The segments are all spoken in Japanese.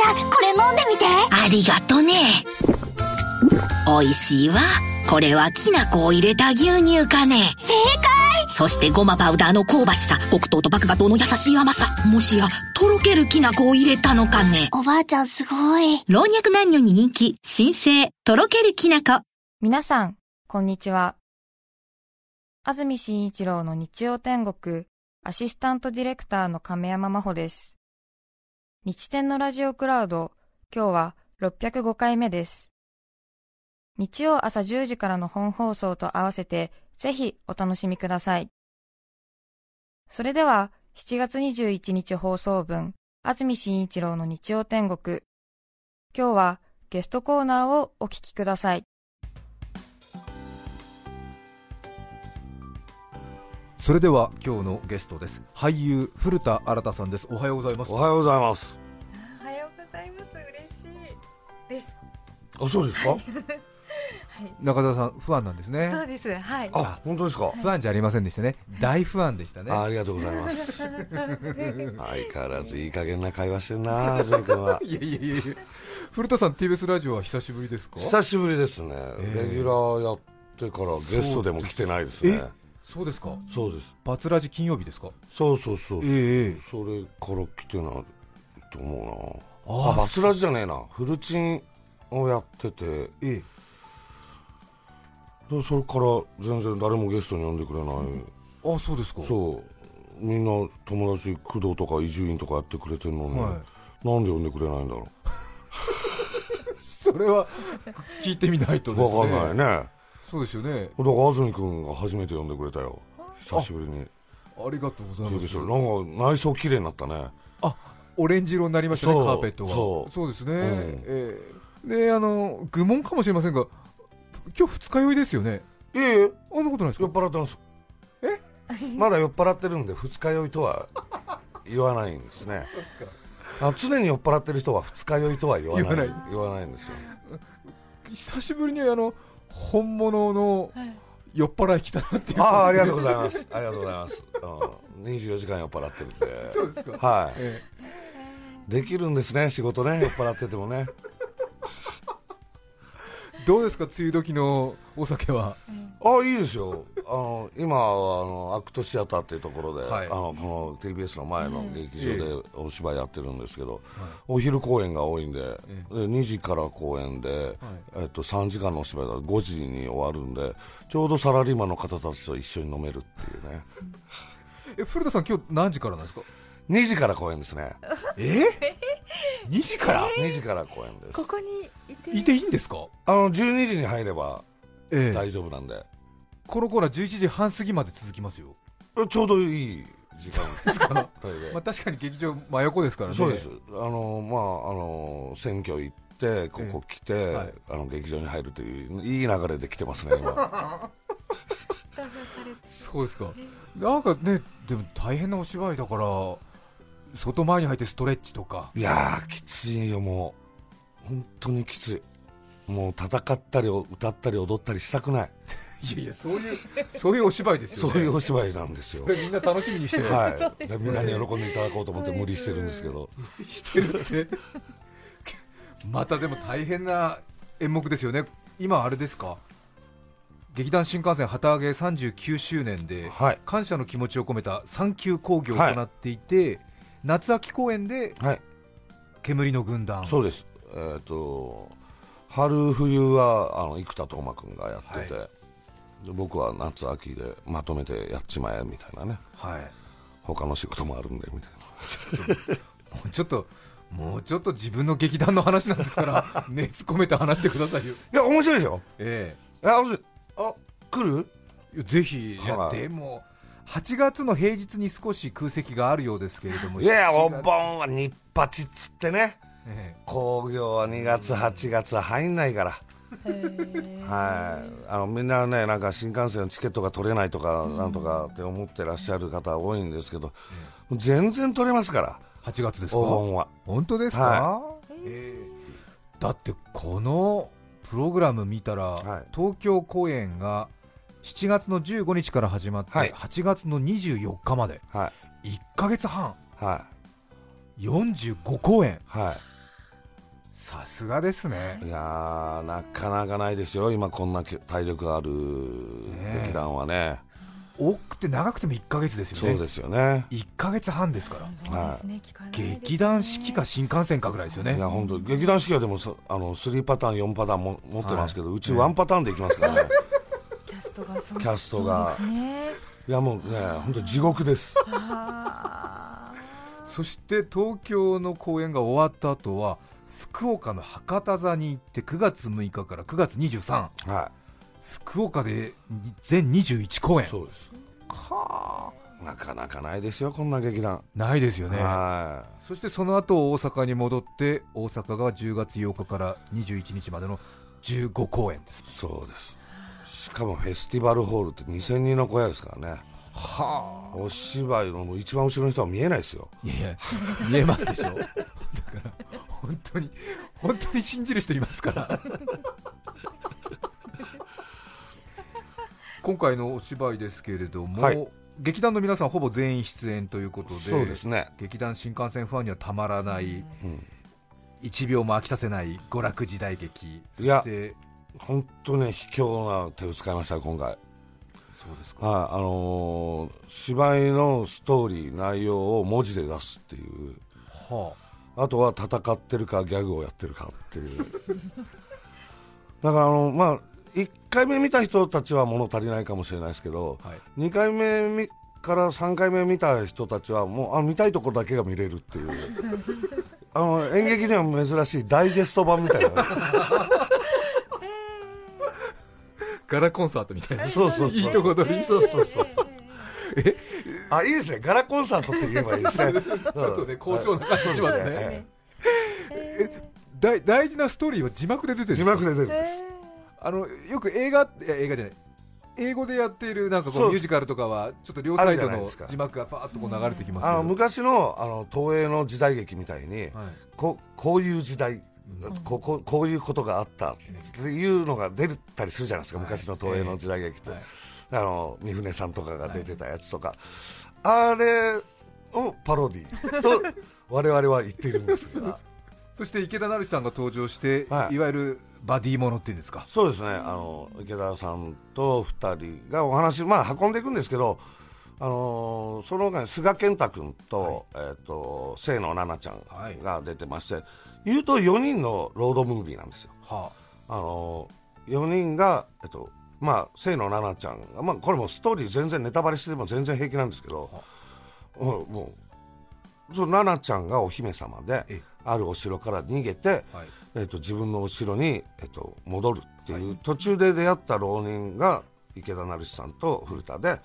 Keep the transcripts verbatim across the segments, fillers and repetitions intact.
ゃん、これ飲んでみて。 ありがとね。おいしいわ。これはきな粉を入れた牛乳かね。 正解。 そしてごまパウダーの香ばしさ、黒糖と麦芽糖の優しい甘さ、もしやとろけるきな粉を入れたのかね。 おばあちゃんすごい。 老若男女に人気、新生とろけるきな粉。 皆さんこんにちは。安住紳一郎の日曜天国アシスタントディレクターの亀山真帆です。日天のラジオクラウド、今日はろっぴゃくごかいめです。日曜朝じゅうじからの本放送と合わせてぜひお楽しみください。それではしちがつにじゅういちにち放送分、安住紳一郎の日曜天国、今日はゲストコーナーをお聞きください。 それでは今日のゲストです。俳優古田新太さんです。おはようございます。 おはようございます。 おはようございます。嬉しいです。 あ、そうですか。はい、 中澤さんファンなんですね。 そうです。はい。 あ、本当ですか。 ファンじゃありませんでしたね。大ファンでしたね。 あ、ありがとうございます。相変わらずいい加減な会話してんな、安住君は。 いやいやいやいや。古田さん ティービーエス ラジオは久しぶりですか。 久しぶりですね、えー、レギュラーやってからゲストでも来てないですね。 そうですか。 そうです。 バツラジ金曜日ですか。 そうそうそうそう、 えー、 それから来てないと思うな。ああ、バツラジじゃねえな、フルチンをやってて、えー、でそれから全然誰もゲストに呼んでくれない。 あ、そうですか。 そう、みんな友達工藤とか伊集院とかやってくれてるのに、はい、なんで呼んでくれないんだろう。 それは聞いてみないとですね。 分かんないね。そうですよね。だから安住君が初めて呼んでくれたよ、久しぶりに。 あ, ありがとうございます。 なんか内装綺麗になったね。 あ、オレンジ色になりましたね、カーペットが。 そうそうですね、うん、えー、で、あの愚問かもしれませんが、今日二日酔いですよね。 いえいえ、 そんなことないですか。 酔っ払ってます。 えまだ酔っ払ってるんで二日酔いとは言わないんですね。そうですか。あ、常に酔っ払ってる人は二日酔いとは言わない言わない、言わないんですよ。 久しぶりにあの本物の酔っ払い来たなっていう。 ああ、ありがとうございます。ありがとうございます。うん、にじゅうよじかん酔っ払ってるんで。 そうですか。 はい、 ええ、できるんですね、仕事ね、酔っ払っててもね。 どうですか、梅雨時のお酒は。 あ、いいですよ。あの今はあのアクトシアターっていうところで、はい、あのこの ティービーエス の前の劇場でお芝居やってるんですけど、はい、お昼公演が多いん で,、でにじから公演で、はい、えっと、さんじかんのお芝居だとごじに終わるんで、ちょうどサラリーマンの方たちと一緒に飲めるっていうね。 え、古田さん今日何時からなんですか。 にじから公演ですね。 えにじから、 えー、にじから公演です。 ここにいていていいんですか。 あのじゅうにじに入れば大丈夫なんで、えー、 このコーナーじゅういちじはん過ぎまで続きますよ。 ちょうどいい時間ですか。まあ、確かに劇場真横ですからね。 そうです。あの、まあ、あの選挙行ってここ来て、えーはい、あの劇場に入るといういい流れで来てますね今。 そうですか。なんかね、でも大変なお芝居だから外前に入ってストレッチとか。 いやー、きついよ、もう本当にきつい。もう戦ったり歌ったり踊ったりしたくない。 いやいや、そういうそういうお芝居ですよね。 そういうお芝居なんですよ。 それみんな楽しみにしてる。 はい、でみんなに喜んでいただこうと思って無理してるんですけど。 無理してるってまたでも大変な演目ですよね。今あれですか、劇団新幹線旗揚げさんじゅうきゅうしゅうねんで、はい、感謝の気持ちを込めたサンキュー講義を行っていて、はい、夏秋公演で、はい、煙の軍団。 そうです。えーと春冬はあの生田斗真君がやってて、はい、で僕は夏秋でまとめてやっちまえみたいなね、はい、他の仕事もあるんでみたいな。 もうちょっともうちょっと自分の劇団の話なんですから熱込めて話してくださいよ。 いや、面白いですよ。 ええー、あ、面白い。あ、来る？ いや、ぜひ。いや、でもはちがつの平日に少し空席があるようですけれども。 いや、お盆は日八っつってね、興行はにがつはちがつは入んないから。はい、あのみんなね、なんか新幹線のチケットが取れないとかなんとかって思ってらっしゃる方多いんですけど、全然取れますから。 はちがつですか。 お盆は。 本当ですか、はい、えー、だってこのプログラム見たら、はい、東京公演がしちがつのじゅうごにちから始まって、はい、はちがつのにじゅうよっかまで、はい、いっかげつはん、はい、よんじゅうごこうえん、はさすがですね。 いやーなかなかないですよ今こんな体力ある劇団はね。 多くて長くてもいっかげつですよね。 そうですよね。 いっかげつはんですから、 はい、 劇団四季か新幹線かぐらいですよね。 いや本当劇団四季はでもあのさんパターンよんパターンも持ってますけど、はい、うちワンパターンでいきますからね。 キャストがそうキャストがそうですね。 いやもうね本当地獄です。 そして東京の公演が終わった後は福岡の博多座に行ってくがつむいかからくがつにじゅうさん、はい、福岡で全にじゅういちこうえん。 そうです。はあ、なかなかないですよこんな劇団。 ないですよね。 はい。 そしてその後大阪に戻って大阪がじゅうがつようかからにじゅういちにちまでのじゅうごこうえんです。 そうです。しかもフェスティバルホールってにせんにんの小屋ですからね。 はあ、 お芝居の一番後ろの人は見えないですよ。 いやいや見えますでしょ。だから本当に本当に信じる人いますから今回のお芝居ですけれども、はい、劇団の皆さんほぼ全員出演ということで、 そうですね、 劇団新幹線ファンにはたまらない、うん、いちびょうも飽きさせない娯楽時代劇。そして本当ね卑怯な手を使いました今回。 そうですか。 はい、あのー、芝居のストーリー内容を文字で出すっていう、はあ、あとは戦ってるかギャグをやってるかっていうだからあのまあいっかいめ見た人たちは物足りないかもしれないですけど、はい、にかいめからさんかいめ見た人たちはもうあ見たいところだけが見れるっていうあの演劇には珍しいダイジェスト版みたいなガラコンサートみたいな。 そうそうそう、 いいとこ取り。 そうそうそうそうえあいいですね、ガラコンサートって言えばいいですねちょっとね高尚な感じしますね。え大大事なストーリーは字幕で出てる。 字幕で出てる。 あのよく映画映画じゃない英語でやっているなんかこうミュージカルとかはちょっと両サイドの字幕がパーッとこう流れてきますけど、 あの昔のあの東映の時代劇みたいに、はい、こ, こういう時代こ, こ, こういうことがあったっていうのが出たりするじゃないですか、昔の東映の時代劇って、はい、あの三船さんとかが出てたやつとか、はい、あれをパロディと我々は言っているんですがそして池田成さんが登場して、はい、いわゆるバディものっていうんですか。 そうですね、あの池田さんとふたりがお話、まあ、運んでいくんですけど、あのー、その他に菅健太君と、はい、えー、と清野菜名ちゃんが出てまして、はい、言うとよにんのロードムービーなんですよ、はあ、あのー、よにんが、えっとまあ、清野菜名ちゃんが、まあ、これもストーリー全然ネタバレしても全然平気なんですけど、はあ、もう、もうその菜名ちゃんがお姫様であるお城から逃げて、はい、えっと、自分のお城に、えっと、戻るっていう、はい、途中で出会った浪人が池田成さんと古田で、はい、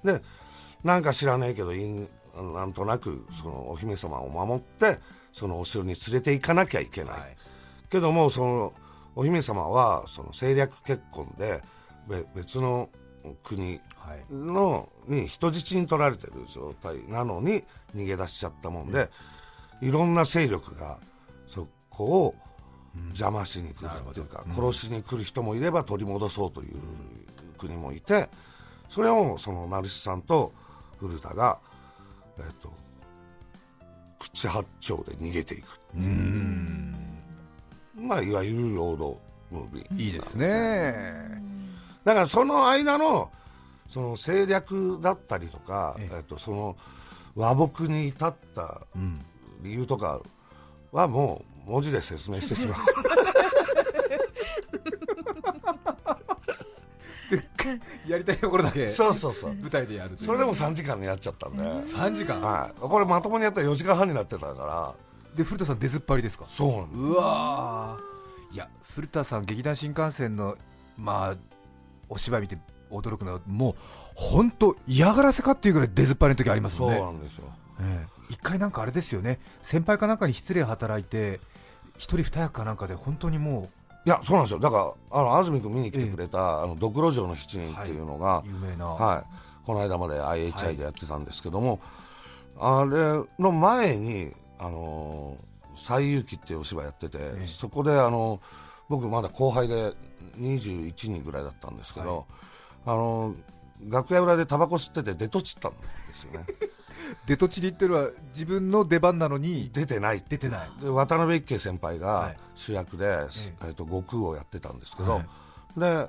でなんか知らないけどなんとなくそのお姫様を守ってそのお城に連れて行かなきゃいけない、はい、けどもそのお姫様はその政略結婚で別の国のに人質に取られてる状態なのに逃げ出しちゃったもんで、いろんな勢力がそこを邪魔しに来るっていうか、うん、殺しに来る人もいれば取り戻そうという国もいて、それをその成さんと古田が、えっと、口八丁で逃げていく。うーん、まあ、いわゆるロードムービー。 いいですね。 だからその間のその政略だったりとか、ええっと、その和睦に至った理由とかはもう文字で説明してしまうやりたいところだけそうそうそう舞台でやるという。 それでもさんじかんでやっちゃったんで。 さんじかん、 はい、これまともにやったらよじかんはんになってたから。 で古田さん出ずっぱりですか。 そうなんです。 うわー、いや古田さん劇団新幹線のまあお芝居見て驚くのはもう本当嫌がらせかっていうぐらい出ずっぱりの時ありますもんね。 そうなんですよ、 ええ、一回なんかあれですよね、先輩かなんかに失礼働いて一人二役かなんかで本当にもう。 いやそうなんですよ。だからあの安住君見に来てくれた、ええ、あのドクロ城の七人っていうのが、はい、 有名な、 はい、この間まで アイエイチアイ でやってたんですけども、はい、あれの前にあの西遊記っていうお芝居やってて、ええ、そこであの僕まだ後輩でにじゅういちにんぐらいだったんですけど、はい、あの楽屋裏でタバコ吸ってて出とちったんですよね出とちりっていうのは自分の出番なのに出てない出てないで渡辺一慶先輩が主役で、はい、えー、と悟空をやってたんですけど、はい、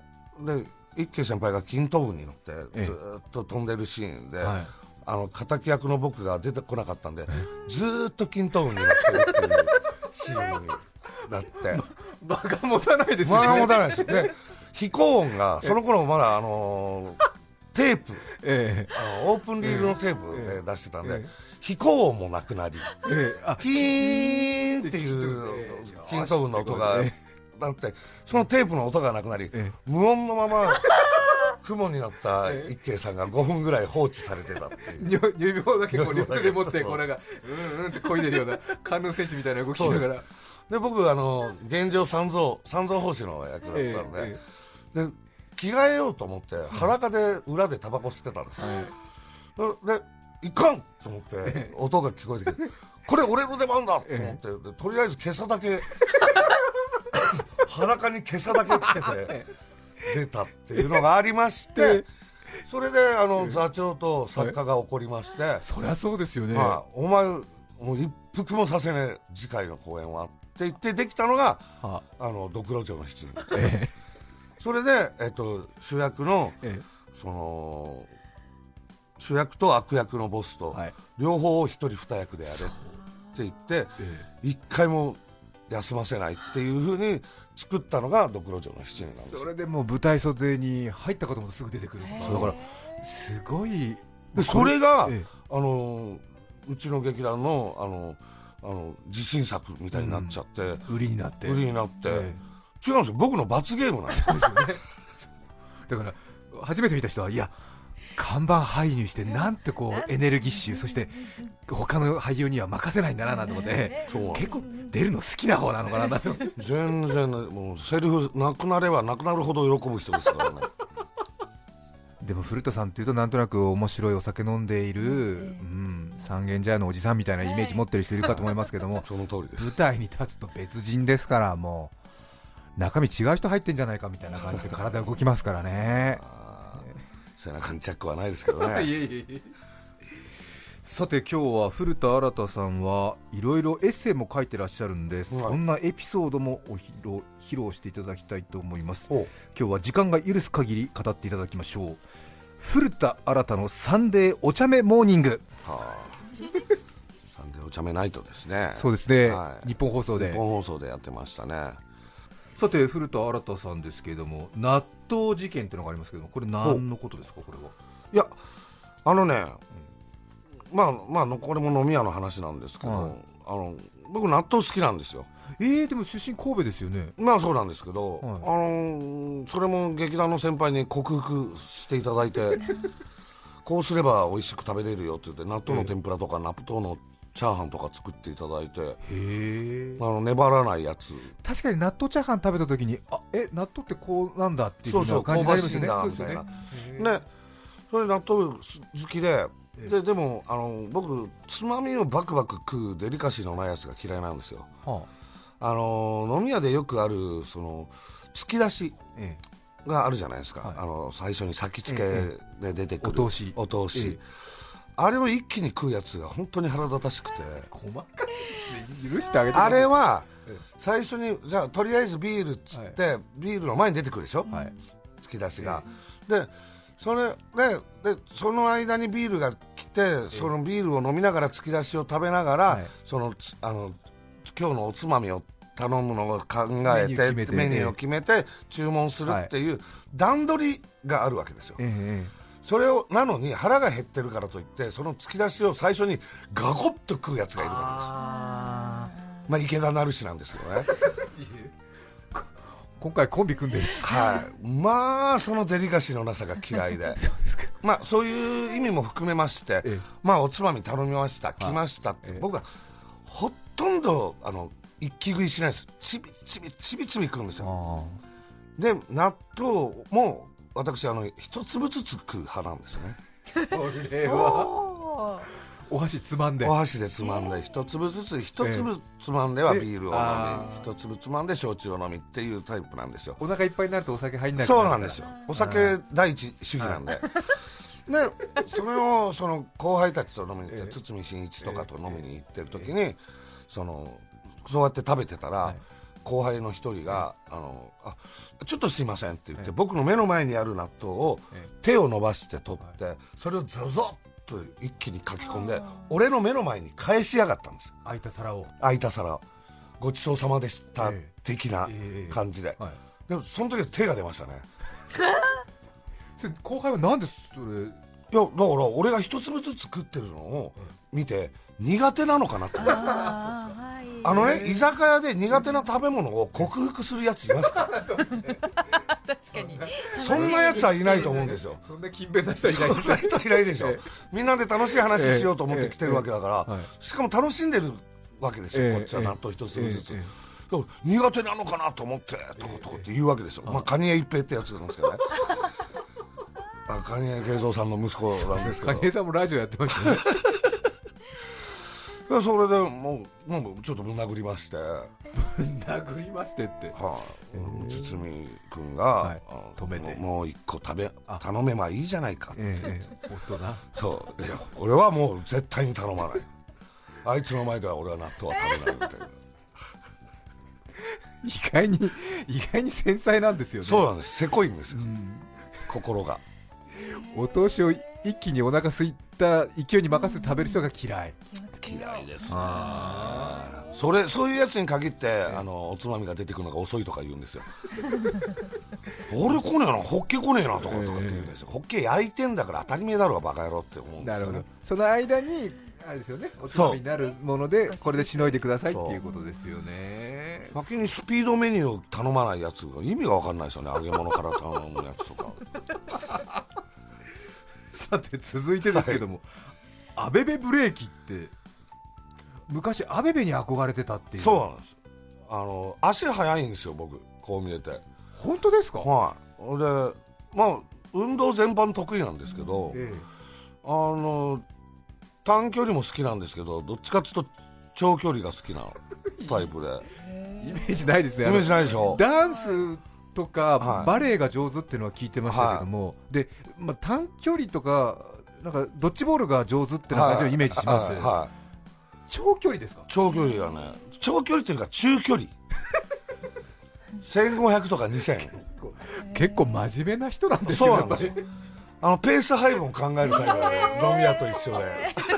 でで一慶先輩が金頭軍に乗ってずっと飛んでるシーンで、はい、あの敵役の僕が出てこなかったんでずっと金頭軍に乗ってるっていうシーンになって間が持たないですよね。 間が持たないですで飛行音がその頃まだあのー、テープ、えー、あのオープンリールのテープで出してたんで、えーえー、飛行音もなくなり、えー、キーンっていう金頭軍の音がなってそのテープの音がなくなり、えー、無音のまま雲になった一慶さんがごふんぐらい放置されてたっていう指棒だけこう両手で持ってこれがうんうんって漕いでるようなカンヌー選手みたいな動きしながらで僕あの現状三蔵三蔵法師の役だったので、えー、で着替えようと思って裸で裏でタバコ吸ってたんですよ、えー、でいかんと思って音が聞こえてきてこれ俺の出番だと思って、えー、とりあえず今朝だけ裸に今朝だけつけて出たっていうのがありましてそれであの座長と作家が怒りまして、 そりゃそうですよね、 まあ、お前もう一服もさせねえ次回の公演はって言ってできたのが、はあ、あのドクロ城の七人、えー、それで、えっと、主役の、えー、その主役と悪役のボスと、はい、両方を一人二役でやれって言って、えー、一回も休ませないっていう風に作ったのがドクロ城の七人なんです。 それでもう舞台袖に入った方もすぐ出てくる、えー、だからすごいでそれが、えー、あのうちの劇団のあのあの自信作みたいになっちゃって、 うん、売りになって売りになって、えー、違うんですよ僕の罰ゲームなんですよねだから初めて見た人はいや看板俳優してなんてこうエネルギッシュそして他の俳優には任せないんだななんて思って結構出るの好きな方なのかなと全然もうセリフなくなればなくなるほど喜ぶ人ですからねでも古田さんっていうとなんとなく面白いお酒飲んでいる、うん、三軒茶屋のおじさんみたいなイメージ持ってる人いるかと思いますけどもその通りです。 舞台に立つと別人ですからもう中身違う人入ってんじゃないかみたいな感じで体動きますからね背中にチャックはないですけどねいえいえいえさて今日は古田新さんはいろいろエッセイも書いてらっしゃるんで、はい、そんなエピソードもお披露、披露していただきたいと思います。今日は時間が許す限り語っていただきましょう。古田新のサンデーお茶目モーニング、はあ、 サンデーお茶目ナイトですね。 そうですね、はい、日本放送で日本放送でやってましたね。 さて古田新さんですけれども納豆事件というのがありますけどもこれ何のことですか。これはいやあのね、うん、まあまあこれも飲み屋の話なんですけど、はい、あの僕納豆好きなんですよ。 えー、でも出身神戸ですよね。 まあそうなんですけど、はい、あのー、それも劇団の先輩に克服していただいてこうすれば美味しく食べれるよって言って納豆の天ぷらとか納豆のチャーハンとか作っていただいて、へあの粘らないやつ。 確かに納豆チャーハン食べた時にあえ納豆ってこうなんだっていう感じになりますよね。 そうそう香ばしいんだみたいな。ね、それ納豆好きでででもあの僕つまみをバクバク食うデリカシーのないやつが嫌いなんですよ。はあ、あの飲み屋でよくあるその突き出しがあるじゃないですか。はい、あの最初に先付けで出てくる、 お通し、 お通し、あれを一気に食うやつが本当に腹立たしくて細かいですね。許してあげて。 あれは最初にじゃあとりあえずビールっつって、はい、ビールの前に出てくるでしょ、はい、突き出しが、でそれででその間にビールが来てそのビールを飲みながら突き出しを食べながら、はい、そのあの今日のおつまみを頼むのを考えてメニューを決めて注文するっていう段取りがあるわけですよ。ええ、それをなのに腹が減ってるからといってその突き出しを最初にガコッと食うやつがいるわけです。あ、まあ、池田成志なんですけどね今回コンビ組んでる、 はい、まあそのデリカシーのなさが嫌いでそうですか、まあ、そういう意味も含めまして、ええ、まあ、おつまみ頼みました来ましたって、ええ、僕はほとんどあの一気食いしないです。ちびちびちびちび食うんですよ。で納豆も私あの一粒ずつ食う派なんですね。 それはお箸つまんでお箸でつまんで一粒ずつ一粒つまんではビールを飲み一粒つまんで焼酎を飲みっていうタイプなんですよ。 お腹いっぱいになるとお酒入んない。 そうなんですよ。お酒第一主義なんででそれをその後輩たちと飲みに行って、えー、堤真一とかと飲みに行ってる時に、えー、そのそうやって食べてたら、はい、後輩の一人が、えー、あのあちょっとすいませんって言って、えー、僕の目の前にある納豆を、えー、手を伸ばして取って、はい、それをゾゾッと一気にかき込んで俺の目の前に返しやがったんです。 空いた皿を空いた皿ごちそうさまでした、えー、的な感じで、えーはい、でもその時は手が出ましたね後輩はなんでそれ、いやだから俺が一粒ずつ食ってるのを見て苦手なのかなってあ, あのね居酒屋で苦手な食べ物を克服するやついますか確かにそんなやつはいないと思うんですよ。 そんな勤勉な人はいないそんな人いないでしょ、えー、みんなで楽しい話しようと思って来てるわけだから、えーえーはい、しかも楽しんでるわけですよ、えー、こっちは納豆一粒ずつ、えーえー、苦手なのかなと思ってとことこって言うわけですよ、えーまあ、蟹江一平ってやつなんですけどねあ蟹江慶三さんの息子なんですけど蟹江さんもラジオやってましたねいやそれでもう、もうちょっとぶん殴りましてぶん殴りましてって、 はあ、堤君が、 はい、止めてもう一個食べ頼めばいいじゃないかって、 ええ、大人そういや俺はもう絶対に頼まないあいつの前では俺は納豆は食べないみたいな意外に意外に繊細なんですよね。 そうなんです、せこいんですよ、うん、心がお通しを一気にお腹空いた勢いに任せて食べる人が嫌い嫌いですね。それそういうやつに限って、あのおつまみが出てくるのが遅いとか言うんですよ俺来ねえな、ホッケ来ねえなとかとかって言うんですよ、えー、ホッケ焼いてんだから当たり前だろうがバカ野郎って思うんですよ、ね、なるほど。 その間にあれですよね、おつまみになるものでこれでしのいでくださいっていうことですよね。 先にスピードメニューを頼まないやつが意味が分かんないですよね、揚げ物から頼むやつとかさて続いてですけども、はい、アベベブレーキって昔アベベに憧れてたっていう。 そうなんです、あの足速いんですよ僕、こう見えて。 本当ですか？ はい。でまあ運動全般得意なんですけど、ええ、あの短距離も好きなんですけど、どっちかっていうと長距離が好きなタイプでイメージないですね。 イメージないでしょ。 ダンスとか、はい、バレエが上手っていうのは聞いてましたけども、はい、で、まあ、短距離とかなんかドッジボールが上手っていう感じをイメージします、はいはいはい、長距離ですか？ 長距離がね、長距離というか中距離せんごひゃくとかにせん結構真面目な人なんですよ。 そうなんですよ、あのペース配分を考えるタイプで飲み屋と一緒で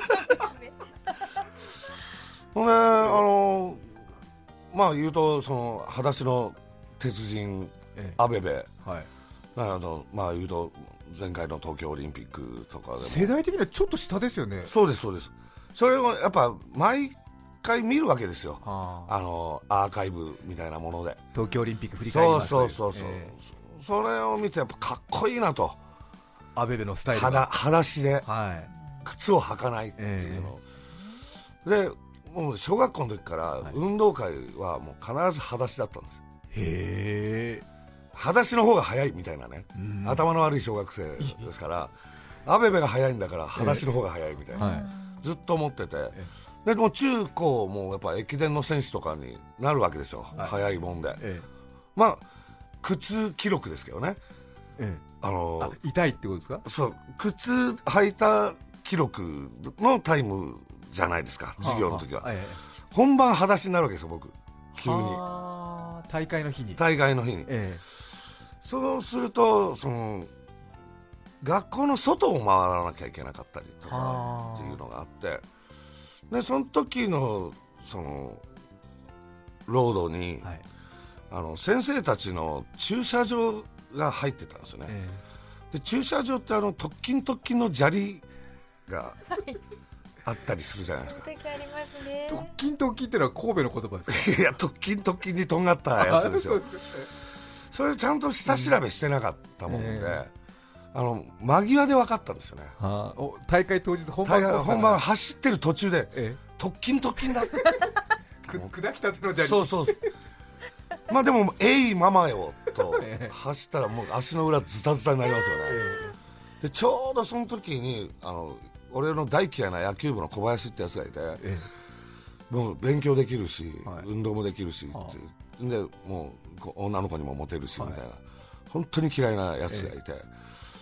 ほんで、あのまあ言うとその裸足の鉄人、ええ、アベベ、はい、あのまあ言うと前回の東京オリンピックとかでも世代的にはちょっと下ですよね。 そうですそうです。それをやっぱ毎回見るわけですよ、はあ、あのアーカイブみたいなもので東京オリンピック振り返ります。 そうそうそうそう、えー、それを見てやっぱかっこいいなと、 アベベのスタイルが裸足で、はい、靴を履かないっていうの、えー、でもう小学校の時から運動会はもう必ず裸足だったんですよ。 へー、 裸足の方が早いみたいなね、頭の悪い小学生ですからアベベが早いんだから裸足の方が早いみたいな、えーはい、ずっと思ってて、えー、でも中高もやっぱ駅伝の選手とかになるわけですよ、はい、早いもんで、えー、まあ靴記録ですけどね、 えー、あのー、あ痛いってことですか？ そう、靴履いた記録のタイムじゃないですか、授業の時は、はあはあ、えー、本番裸足になるわけですよ僕、急に大会の日に大会の日に、えー、そうするとその学校の外を回らなきゃいけなかったりとかっていうのがあって、でその時のそのロードに、はい、あの先生たちの駐車場が入ってたんですよね、えー、で駐車場ってあの特勤特勤の砂利があったりするじゃないですか。 特勤特勤ってのは神戸の言葉ですか？ いや特勤特勤にとんがったやつですよそれちゃんと下調べしてなかったもんで、うんえー、あの間際で分かったんですよね。 はあ、お大会当日本番本番走ってる途中で、えー、特勤特勤だって砕きたての砂利。 そうそうまあでもえいママよと走ったらもう足の裏ズタズタになりますよね、えー、でちょうどその時にあの俺の大嫌いな野球部の小林ってやつがいて、ええ、もう勉強できるし、はい、運動もできるしって、はあ、でもう女の子にもモテるしみたいな、はい、本当に嫌いなやつがいて、え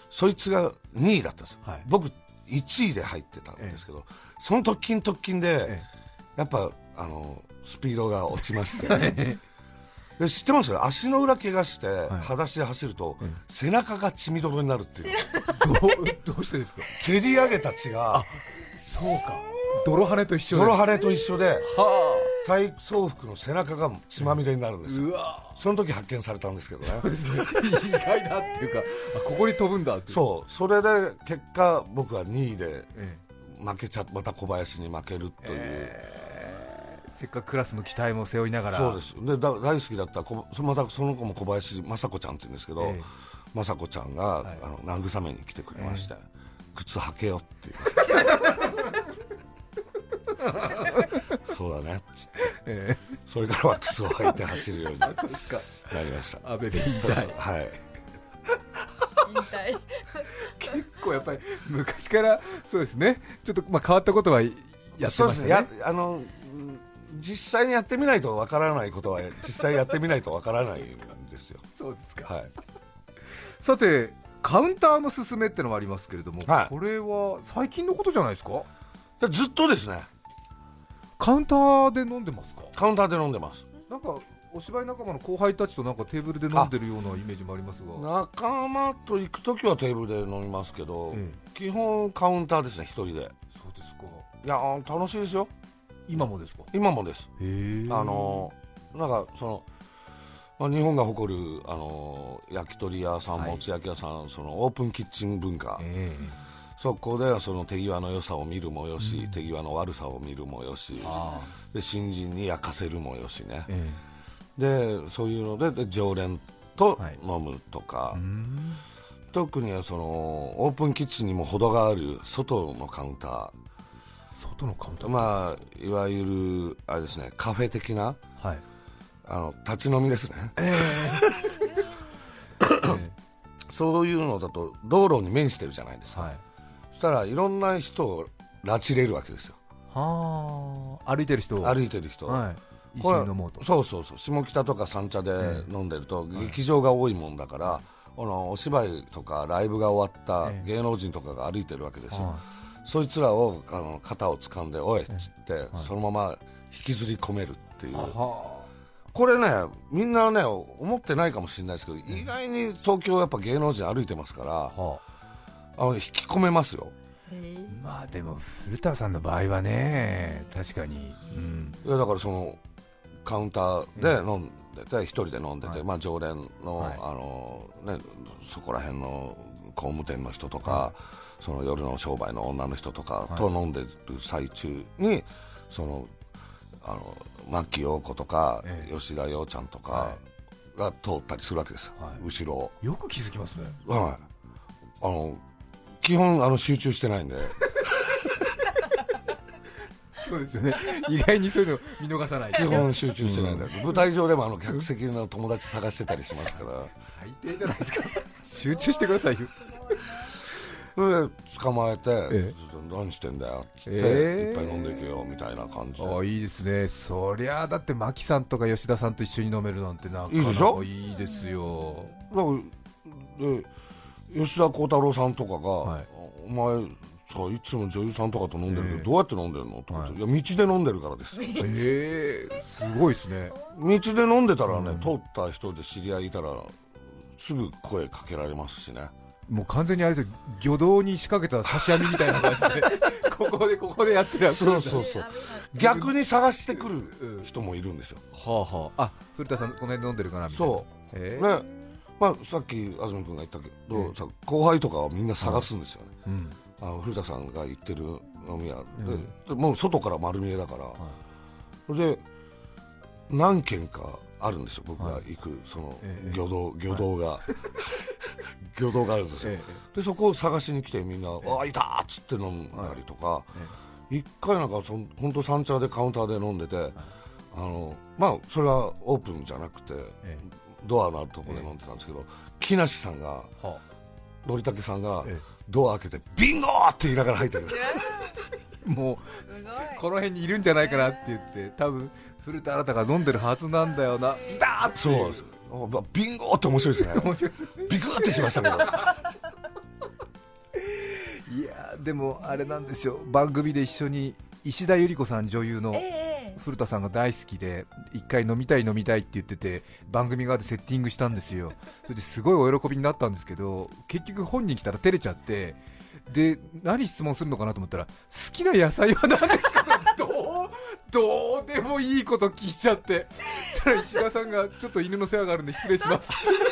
そいつがにいだったんですよ、 はい、 僕いちいで入ってたんですけど、ええ、その特勤特勤で、ええ、やっぱあのスピードが落ちましてで知ってますよ、足の裏怪我して、はい、裸足で走ると、うん、背中が血みどろになるっていうどう、どうしてですか。 蹴り上げた血が、 そうか、泥跳ねと一緒で、 泥跳ねと一緒で、はあ、体操服の背中が血まみれになるんですよ、うん、うわ、その時発見されたんですけどね意外だっていうか、ここに飛ぶんだって。 そう、それで結果僕はにいで負けちゃ、また小林に負けるという、えーせっかくクラスの期待も背負いながら。 そうです。でだ大好きだったこまたその子も小林雅子ちゃんって言うんですけど、えー、雅子ちゃんが、はい、あの慰めに来てくれまして、えー、靴履けよっていうそうだねっつって、えー、それからは靴を履いて走るようになりました。 阿部で引退はい引退結構やっぱり昔からそうですね、ちょっとまあ変わったことはやってましたね。そうですね、やあの実際にやってみないとわからないことは実際やってみないとわからないんですよ。 そうですか、 はい、 さてカウンターの勧めってのもありますけれども、はい、これは最近のことじゃないですか。 ずっとですね。 カウンターで飲んでますか。 カウンターで飲んでます。 なんかお芝居仲間の後輩たちとなんかテーブルで飲んでるようなイメージもありますが、 仲間と行くときはテーブルで飲みますけど、ええ、基本カウンターですね、一人で。 そうですか。 いや楽しいですよ。 今もですか。 今もです。 へー。 あのなんかその、まあ、日本が誇るあの焼き鳥屋さん、もつ焼き屋さん、はい、そのオープンキッチン文化、そこではその手際の良さを見るもよし、うん、手際の悪さを見るもよしで、新人に焼かせるもよしね、えー、でそういうの で, で常連と飲むとか、はい、特にはそのオープンキッチンにも程がある外のカウンター、 外のカウンター、 まあ、いわゆるあれですね、カフェ的な、はい、あの立ち飲みですね、えー、そういうのだと道路に面してるじゃないですか、はい、そしたらいろんな人を拉致れるわけですよ。 はあ、歩いてる人歩いてる人、 はい、一緒に飲もうと。 そうそうそう、下北とか三茶で飲んでると、えー、劇場が多いもんだから、はい、このお芝居とかライブが終わった芸能人とかが歩いてるわけですよ、はい、そいつらをあの肩を掴んでおいっつって、はい、そのまま引きずり込めるっていう、はあ、これねみんなね思ってないかもしれないですけど、意外に東京はやっぱ芸能人歩いてますから、はあ、あの引き込めますよ。 まあでも古田さんの場合はね、確かに、うん、 いやだからそのカウンターで飲んでて、一人で飲んでて、はい、まあ、常連の、はい、あのね、そこら辺の工務店の人とか、はい、その夜の商売の女の人とかと飲んでる最中に、はい、そのあの牧陽子とか、ええ、吉田羊ちゃんとかが通ったりするわけですよ、はい、後ろを。 よく気づきますね。 はい、あの基本あの集中してないんでそうですよね、意外にそういうの見逃さない。 基本集中してないんだ、うん、舞台上でもあの客席の友達探してたりしますから最低じゃないですか集中してくださいよ。 で捕まえて、ええ、何してんだよっつって、えー、いっぱい飲んでいけよみたいな感じで。 あ、いいですね。そりゃだって牧さんとか吉田さんと一緒に飲めるなんてなんかいいでしょ。 いいですよ。 だからで吉田鋼太郎さんとかが、はい、お前さいつも女優さんとかと飲んでるけど、えー、どうやって飲んでるのとかって、はい、いや道で飲んでるからです。 えー、すごいですね。 道で飲んでたらね、うん、通った人で知り合いいたらすぐ声かけられますしね。 もう完全にあれで魚道に仕掛けた刺し網みたいな感じでここでここでやってるやつ。 そうそうそう、逆に探してくる人もいるんですよ。 はあはあ、あ、古田さんこの辺で飲んでるかなみたいな。そう、 えー、ね、まあ、さっき安住君が言ったけど、えー、さ後輩とかはみんな探すんですよね、うん、あの古田さんが行ってる飲み屋で、うん、でもう外から丸見えだから、それ、はい、で何軒かあるんですよ、僕が行く、はい、その魚道、魚道が、はい魚道があるんですよ、ええ、でそこを探しに来てみんな、ええ、あいたっつって飲んだりとか、一、ええ、回なんかそ本当三茶でカウンターで飲んでて、はい、あのまあそれはオープンじゃなくて、ええ、ドアのあるところで飲んでたんですけど、木梨さんが、はのりたけさんが、ええ、ドア開けてビンゴーって言いながら入ってるもうこの辺にいるんじゃないかなって言って、多分古田新太が飲んでるはずなんだよな、いたーって。 そうです、ビンゴーって面白いですね。面白いですね。ビクってしましたけどでもあれなんですよ、番組で一緒に石田ゆり子さん、女優の古田さんが大好きで、一回飲みたい飲みたいって言ってて、番組側でセッティングしたんですよ。それですごいお喜びになったんですけど、結局本人来たら照れちゃって、で何質問するのかなと思ったら、好きな野菜は何ですかどうどうでもいいこと聞いちゃって、たら石田さんがちょっと犬の世話があるんで失礼します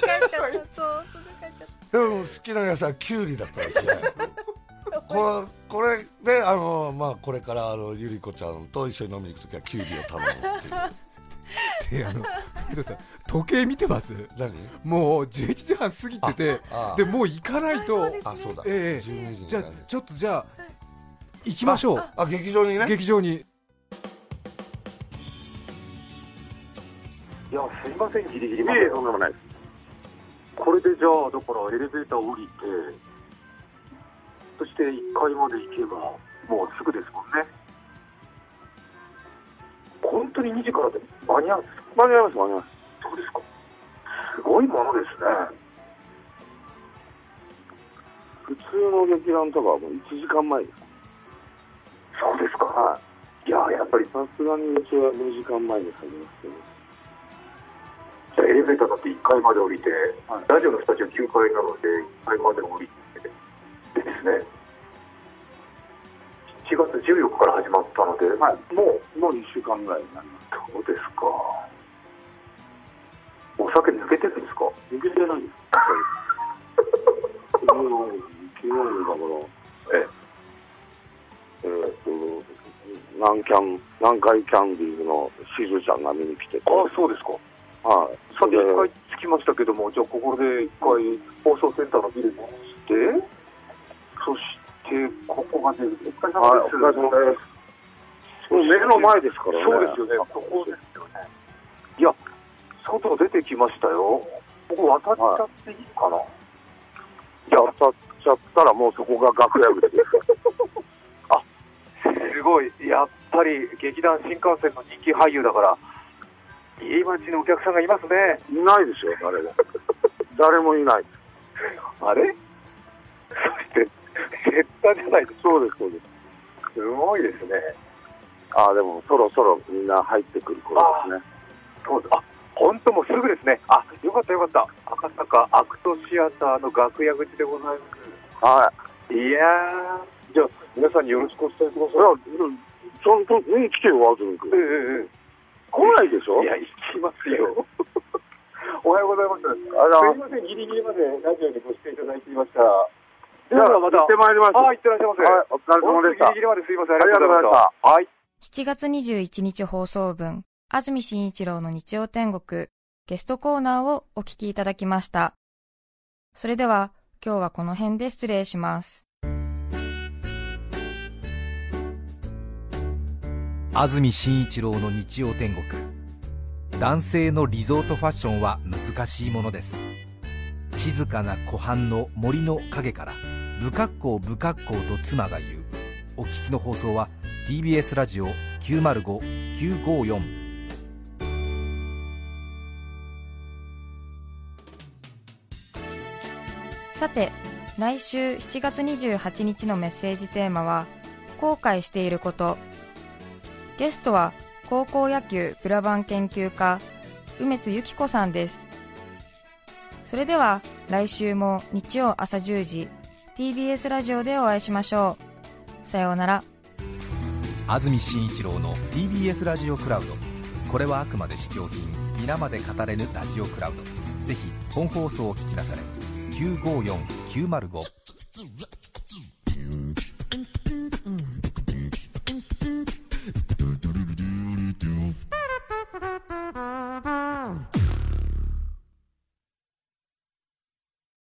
でも好きな野菜はキュウリだったんですねこれ, これであの、まあ、これからあのゆり子ちゃんと一緒に飲みに行くときはキュウリを頼むっていうで、あの古田さん時計見てます？ 何？ もうじゅういちじはん過ぎてて、でもう行かないと、 あ、そうだ、 えー、 じゅうにじにじゃあちょっとじゃあ行きましょう。 ああ、劇場にね。 劇場に。 いや、すいません、ギリギリまで。いえ、とんでもないです。これでじゃあ、だからエレベーター降りて、そしていっかいまで行けば、もうすぐですもんね。本当ににじからで間に合うんですか？間に合います、間に合います。そうですか。すごいものですね。 普通の劇団とかはもういちじかんまえです。 そうですか。はい。いや、やっぱりさすがにうちはにじかんまえに入りますけど。 じゃあエレベーターだっていっかいまで降りて、はい、ラジオのスタジオきゅうかいなのでいっかいまで降りてでですね、しちがつじゅうよっかから始まったので、はい、もうもうにしゅうかんぐらいになります。そうですか。お酒抜けてるんですか？ 抜けてないです。昨日の昨日のだからええー、っと南キャン南海キャンディーズのしずちゃんが見に来てて。 ああ、そうですか。はい、さていっかい着きましたけども、じゃあここでいっかい放送センターのビルにして、そしてここが出る。お疲れ様です。はい、お疲れ様です。 目の前ですからね。 そうですよね。ここですよね。いや、外出てきましたよ。ここ渡っちゃっていいかな。はい、 いや、渡っちゃったらもうそこが楽屋口です。 あ、すごい。やっぱり劇団新幹線の人気俳優だから。いい街のお客さんがいますね。 いないですよ、誰も。誰もいない。 あれ？そしてセッターじゃないですか。 そうです、そうです。 すごいですね。 ああ、でもそろそろみんな入ってくる頃ですね。 そうです。あ、本当もうすぐですね。あ、よかったよかった。赤坂アクトシアターの楽屋口でございます。 はい。 いやー、じゃあ皆さんによろしくお伝えください。 いや、ちゃんと見に来てよ、安住君。ええええ。来ないでしょ？ いや、行きますよ。おはようございます。あら、すいません、ギリギリまでラジオにご出演いただいていました。ではまた。行ってまいりました。 はい、行ってらっしゃいませ。 はい、お疲れ様でした。 ギリギリまですいません、ありがとうございました。はい。 しちがつにじゅういちにち放送分、安住紳一郎の日曜天国、ゲストコーナーをお聞きいただきました。それでは、今日はこの辺で失礼します。 安住紳一郎の日曜天国。男性のリゾートファッションは難しいものです。静かな湖畔の森の陰から不格好不格好と妻が言う。お聞きの放送は ティービーエス ラジオ きゅうまるご きゅうごよん。 さて、来週しちがつにじゅうはちにちのメッセージテーマは後悔していること。ゲストは高校野球ブラバン研究家梅津由紀子さんです。それでは来週も日曜朝じゅうじ ティービーエス ラジオでお会いしましょう。さようなら。 安住紳一郎の ティービーエス ラジオクラウド。これはあくまで試供品、皆まで語れぬラジオクラウド。ぜひ本放送を聞きなされ。きゅうごよん きゅうまるご